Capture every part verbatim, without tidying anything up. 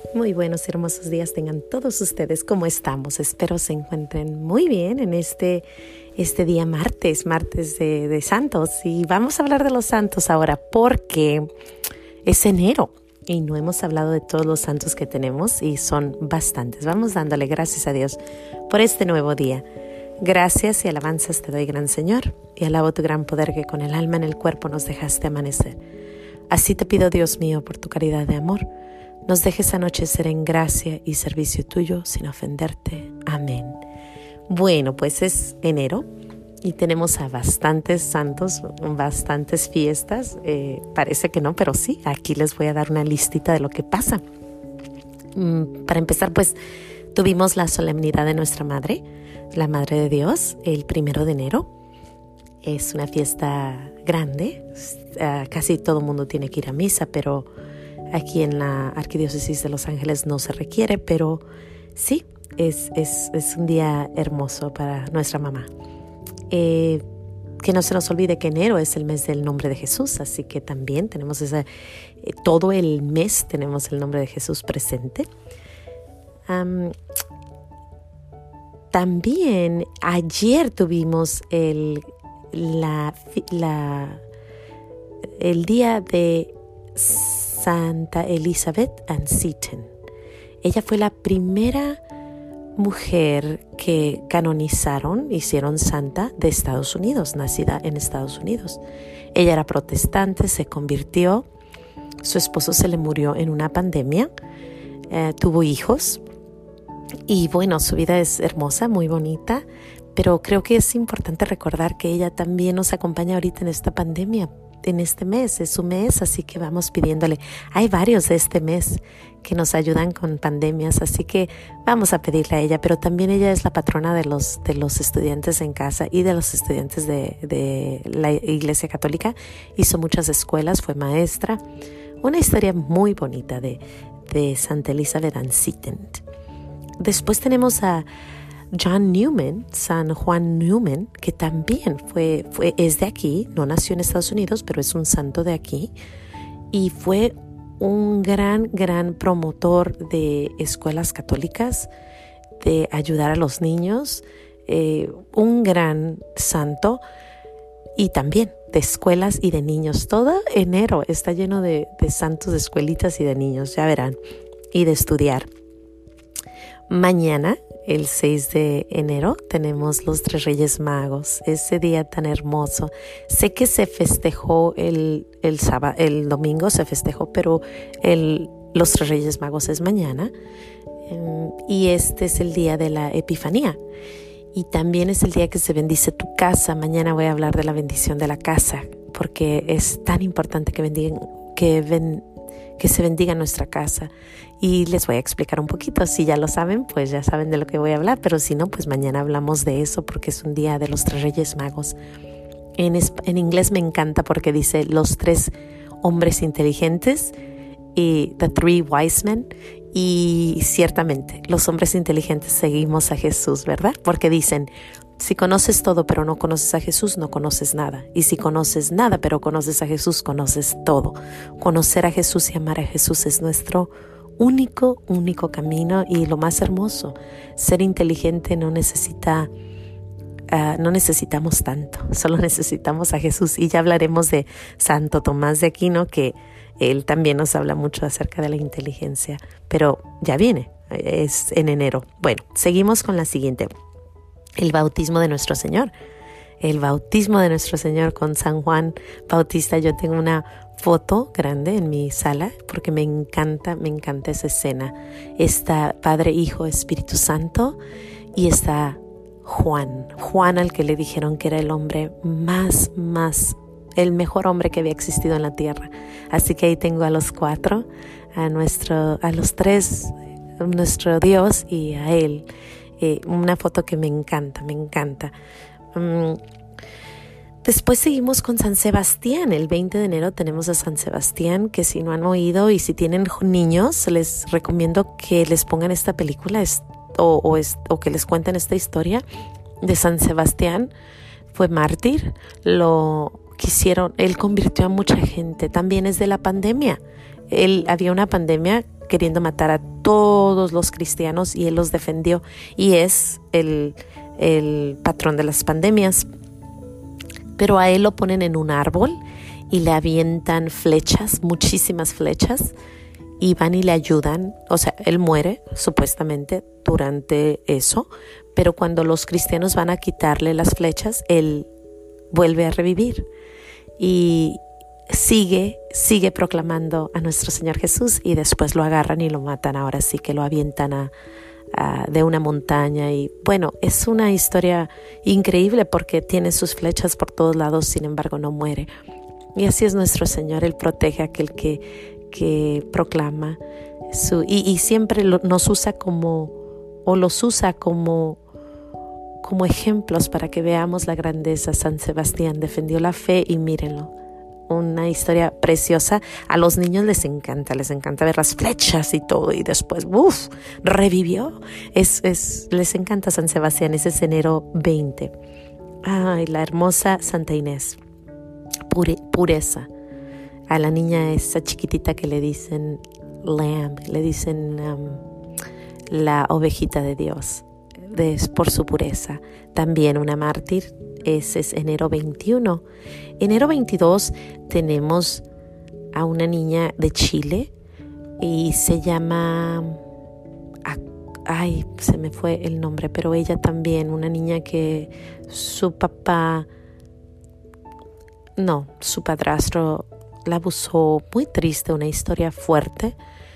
Muy buenos y hermosos días tengan todos ustedes. ¿Cómo estamos? Espero se encuentren muy bien en este, este día martes, martes de, de santos. Y vamos a hablar de los santos ahora porque es enero y no hemos hablado de todos los santos que tenemos y son bastantes. Vamos dándole gracias a Dios por este nuevo día. Gracias y alabanzas te doy, gran Señor, y alabo tu gran poder que con el alma en el cuerpo nos dejaste amanecer. Así te pido, Dios mío, por tu caridad de amor, nos dejes anochecer en gracia y servicio tuyo sin ofenderte. Amén. Bueno, pues es enero y tenemos a bastantes santos, bastantes fiestas. Eh, parece que no, pero sí, aquí les voy a dar una listita de lo que pasa. Mm, para empezar, pues tuvimos la solemnidad de nuestra Madre, la Madre de Dios, el primero de enero. Es una fiesta grande, uh, casi todo el mundo tiene que ir a misa, pero aquí en la Arquidiócesis de Los Ángeles no se requiere, pero sí, es, es, es un día hermoso para nuestra mamá. Eh, que no se nos olvide que enero es el mes del nombre de Jesús, así que también tenemos esa, eh, todo el mes tenemos el nombre de Jesús presente. Um, también ayer tuvimos el, la, la, el día de Santa Elizabeth Ann Seton. Ella fue la primera mujer que canonizaron, hicieron santa de Estados Unidos, nacida en Estados Unidos. Ella era protestante, se convirtió, su esposo se le murió en una pandemia, eh, tuvo hijos y bueno, su vida es hermosa, muy bonita, pero creo que es importante recordar que ella también nos acompaña ahorita en esta pandemia. En este mes, es su mes, así que vamos pidiéndole. Hay varios de este mes que nos ayudan con pandemias, así que vamos a pedirle a ella, pero también ella es la patrona de los, de los estudiantes en casa y de los estudiantes de, de la Iglesia Católica. Hizo muchas escuelas, fue maestra. Una historia muy bonita de, de Santa Elizabeth Ann Seton. Después tenemos a John Newman, San Juan Newman, que también fue, fue, es de aquí, no nació en Estados Unidos, pero es un santo de aquí, y fue un gran, gran promotor de escuelas católicas, de ayudar a los niños, eh, un gran santo, y también de escuelas y de niños. Todo enero está lleno de, de santos, de escuelitas y de niños, ya verán, y de estudiar. Mañana, el seis de enero, tenemos los Tres Reyes Magos, ese día tan hermoso. Sé que se festejó el, el sábado, el domingo se festejó, pero el, los Tres Reyes Magos es mañana. Um, y este es el día de la Epifanía. Y también es el día que se bendice tu casa. Mañana voy a hablar de la bendición de la casa, porque es tan importante que bendigan, que ven, que se bendiga nuestra casa. Y les voy a explicar un poquito. Si ya lo saben, pues ya saben de lo que voy a hablar, pero si no, pues mañana hablamos de eso porque es un día de los Tres Reyes Magos. En, en inglés me encanta porque dice los tres hombres inteligentes y the three wise men, y ciertamente los hombres inteligentes seguimos a Jesús, ¿verdad? Porque dicen, si conoces todo pero no conoces a Jesús, no conoces nada. Y si conoces nada pero conoces a Jesús, conoces todo. Conocer a Jesús y amar a Jesús es nuestro único, único camino y lo más hermoso. Ser inteligente no necesita, uh, no necesitamos tanto, solo necesitamos a Jesús. Y ya hablaremos de Santo Tomás de Aquino, que él también nos habla mucho acerca de la inteligencia, pero ya viene, es en enero. Bueno, seguimos con la siguiente. El bautismo de nuestro Señor. El bautismo de nuestro Señor con San Juan Bautista. Yo tengo una foto grande en mi sala porque me encanta, me encanta esa escena. Está Padre, Hijo, Espíritu Santo y está Juan. Juan, al que le dijeron que era el hombre más, más, el mejor hombre que había existido en la tierra. Así que ahí tengo a los cuatro, a nuestro, a los tres, a nuestro Dios y a él. Eh, una foto que me encanta, me encanta. Um, después seguimos con San Sebastián. El veinte de enero tenemos a San Sebastián, que si no han oído y si tienen niños, les recomiendo que les pongan esta película es, o, o, es, o que les cuenten esta historia de San Sebastián. Fue mártir, lo quisieron, él convirtió a mucha gente. También es de la pandemia. Él, había una pandemia queriendo matar a todos los cristianos y él los defendió y es el, el patrón de las pandemias. Pero a él lo ponen en un árbol y le avientan flechas, muchísimas flechas, y van y le ayudan. O sea, él muere supuestamente durante eso, pero cuando los cristianos van a quitarle las flechas, él vuelve a revivir y sigue, sigue proclamando a nuestro Señor Jesús, y después lo agarran y lo matan. Ahora sí que lo avientan a, a, de una montaña, y bueno, es una historia increíble porque tiene sus flechas por todos lados, sin embargo no muere. Y así es nuestro Señor, Él protege a aquel que, que proclama su, y, y siempre lo, nos usa como, o los usa como, como ejemplos para que veamos la grandeza. San Sebastián defendió la fe y mírenlo, una historia preciosa. A los niños les encanta, les encanta ver las flechas y todo, y después, uff, revivió. Es, es, les encanta San Sebastián. Ese es enero veinte. Ay, la hermosa Santa Inés. Pure, pureza. A la niña esa chiquitita que le dicen lamb, le dicen um, la ovejita de Dios, de, por su pureza. También una mártir. Ese es enero veintiuno. Enero veintidós tenemos a una niña de Chile y se llama, ay, se me fue el nombre, pero ella también, una niña que su papá, no, su padrastro la abusó, muy triste, una historia fuerte.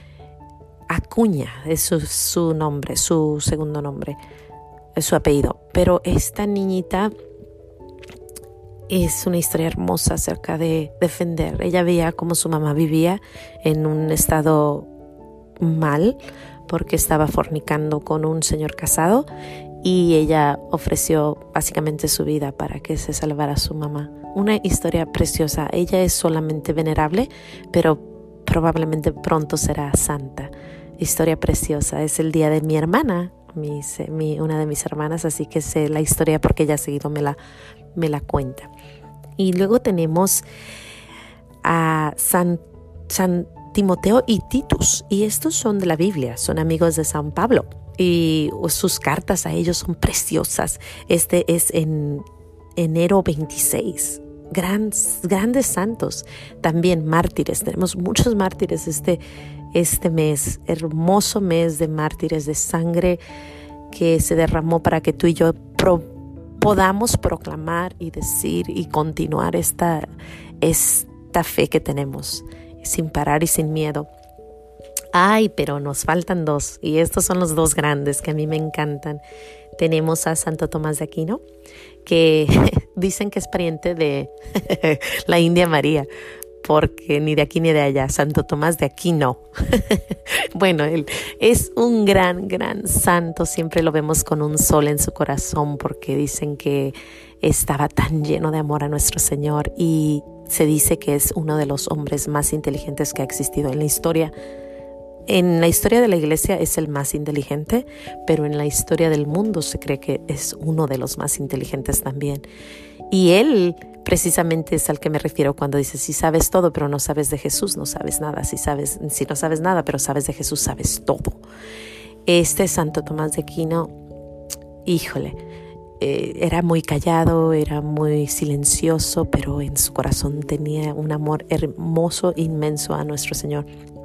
Acuña es su, su nombre, su segundo nombre, es su apellido, pero esta niñita es una historia hermosa acerca de defender. Ella veía cómo su mamá vivía en un estado mal porque estaba fornicando con un señor casado, y ella ofreció básicamente su vida para que se salvara su mamá. Una historia preciosa. Ella es solamente venerable, pero probablemente pronto será santa. Historia preciosa. Es el día de mi hermana, mi, mi, una de mis hermanas, así que sé la historia porque ella seguido me la me la cuenta. Y luego tenemos a San, San Timoteo y Titus, y estos son de la Biblia, son amigos de San Pablo, y sus cartas a ellos son preciosas. Este es en enero veintiséis. Gran, grandes santos, también mártires. Tenemos muchos mártires este, este mes, hermoso mes de mártires, de sangre que se derramó para que tú y yo pro podamos proclamar y decir y continuar esta, esta fe que tenemos sin parar y sin miedo. Ay, pero nos faltan dos, y estos son los dos grandes que a mí me encantan. Tenemos a Santo Tomás de Aquino, que dicen que es pariente de la India María, porque ni de aquí ni de allá, Santo Tomás de Aquino. Bueno, él es un gran, gran santo. Siempre lo vemos con un sol en su corazón porque dicen que estaba tan lleno de amor a nuestro Señor, y se dice que es uno de los hombres más inteligentes que ha existido en la historia. En la historia de la iglesia es el más inteligente, pero en la historia del mundo se cree que es uno de los más inteligentes también. Y él precisamente es al que me refiero cuando dice: si sabes todo pero no sabes de Jesús, no sabes nada. Si sabes, si no sabes nada pero sabes de Jesús, sabes todo. Este Santo Tomás de Aquino, híjole, eh, era muy callado, era muy silencioso, pero en su corazón tenía un amor hermoso, inmenso a nuestro Señor.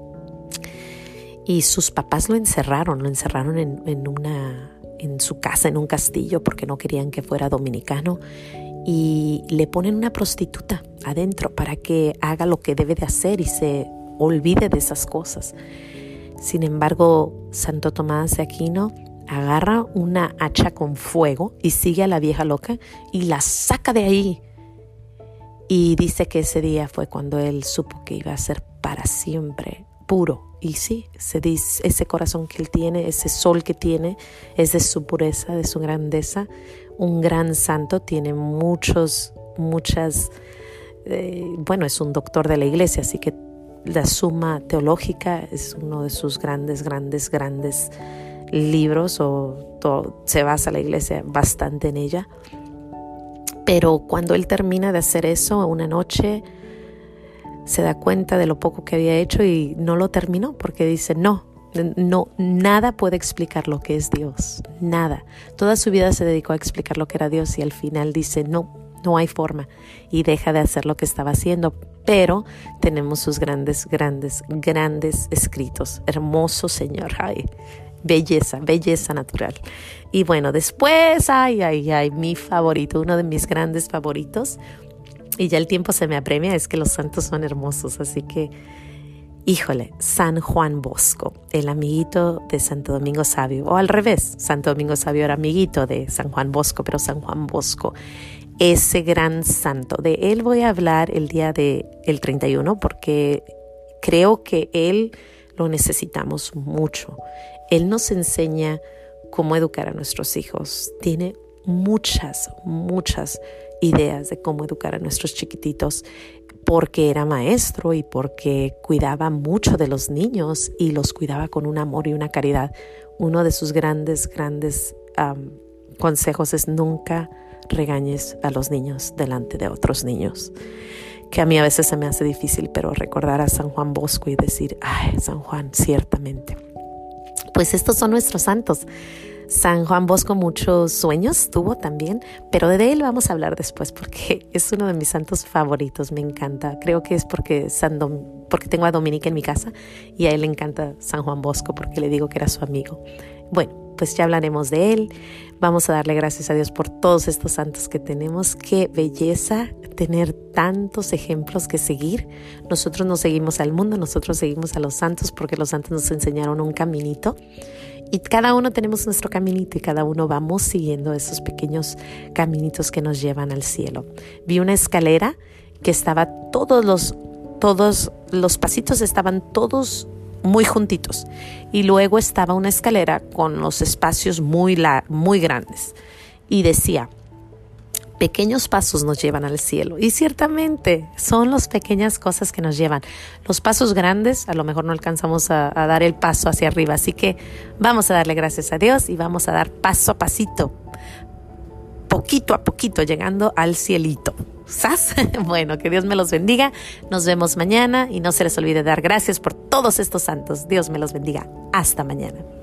Y sus papás lo encerraron, lo encerraron en, en, una, en su casa, en un castillo, porque no querían que fuera dominicano. Y le ponen una prostituta adentro para que haga lo que debe de hacer y se olvide de esas cosas. Sin embargo, Santo Tomás de Aquino agarra una hacha con fuego y sigue a la vieja loca y la saca de ahí. Y dice que ese día fue cuando él supo que iba a ser para siempre puro. Y sí, se dice, ese corazón que él tiene, ese sol que tiene, es de su pureza, de su grandeza. Un gran santo, tiene muchos, muchas, eh, bueno, es un doctor de la iglesia, así que la Suma Teológica es uno de sus grandes, grandes, grandes libros, o todo, se basa la iglesia bastante en ella. Pero cuando él termina de hacer eso, una noche se da cuenta de lo poco que había hecho y no lo terminó porque dice, no, no, nada puede explicar lo que es Dios, nada. Toda su vida se dedicó a explicar lo que era Dios y al final dice, no, no hay forma, y deja de hacer lo que estaba haciendo. Pero tenemos sus grandes, grandes, grandes escritos. Hermoso Señor, ay, belleza, belleza natural. Y bueno, después, ay, ay, ay, mi favorito, uno de mis grandes favoritos, y ya el tiempo se me apremia, es que los santos son hermosos, así que, híjole, San Juan Bosco, el amiguito de Santo Domingo Sabio, o al revés, Santo Domingo Sabio era amiguito de San Juan Bosco, pero San Juan Bosco, ese gran santo, de él voy a hablar el día del treinta y uno, porque creo que él lo necesitamos mucho. Él nos enseña cómo educar a nuestros hijos, tiene muchas, muchas ideas de cómo educar a nuestros chiquititos, porque era maestro y porque cuidaba mucho de los niños y los cuidaba con un amor y una caridad. Uno de sus grandes, grandes um, consejos es nunca regañes a los niños delante de otros niños, que a mí a veces se me hace difícil, pero recordar a San Juan Bosco y decir, ay, San Juan, ciertamente. Pues estos son nuestros santos. San Juan Bosco muchos sueños tuvo también, pero de él vamos a hablar después porque es uno de mis santos favoritos, me encanta. Creo que es porque, San Dom- porque tengo a Dominica en mi casa y a él le encanta San Juan Bosco porque le digo que era su amigo. Bueno, pues ya hablaremos de él. Vamos a darle gracias a Dios por todos estos santos que tenemos. Qué belleza tener tantos ejemplos que seguir. Nosotros no seguimos al mundo, nosotros seguimos a los santos porque los santos nos enseñaron un caminito. Y cada uno tenemos nuestro caminito y cada uno vamos siguiendo esos pequeños caminitos que nos llevan al cielo. Vi una escalera que estaba todos los, todos los pasitos estaban todos muy juntitos y luego estaba una escalera con los espacios muy, la, muy grandes y decía, pequeños pasos nos llevan al cielo. Y ciertamente son las pequeñas cosas que nos llevan. Los pasos grandes a lo mejor no alcanzamos a, a dar el paso hacia arriba, así que vamos a darle gracias a Dios y vamos a dar paso a pasito, poquito a poquito, llegando al cielito. ¿Sas? Bueno, que Dios me los bendiga. Nos vemos mañana y no se les olvide dar gracias por todos estos santos. Dios me los bendiga. Hasta mañana.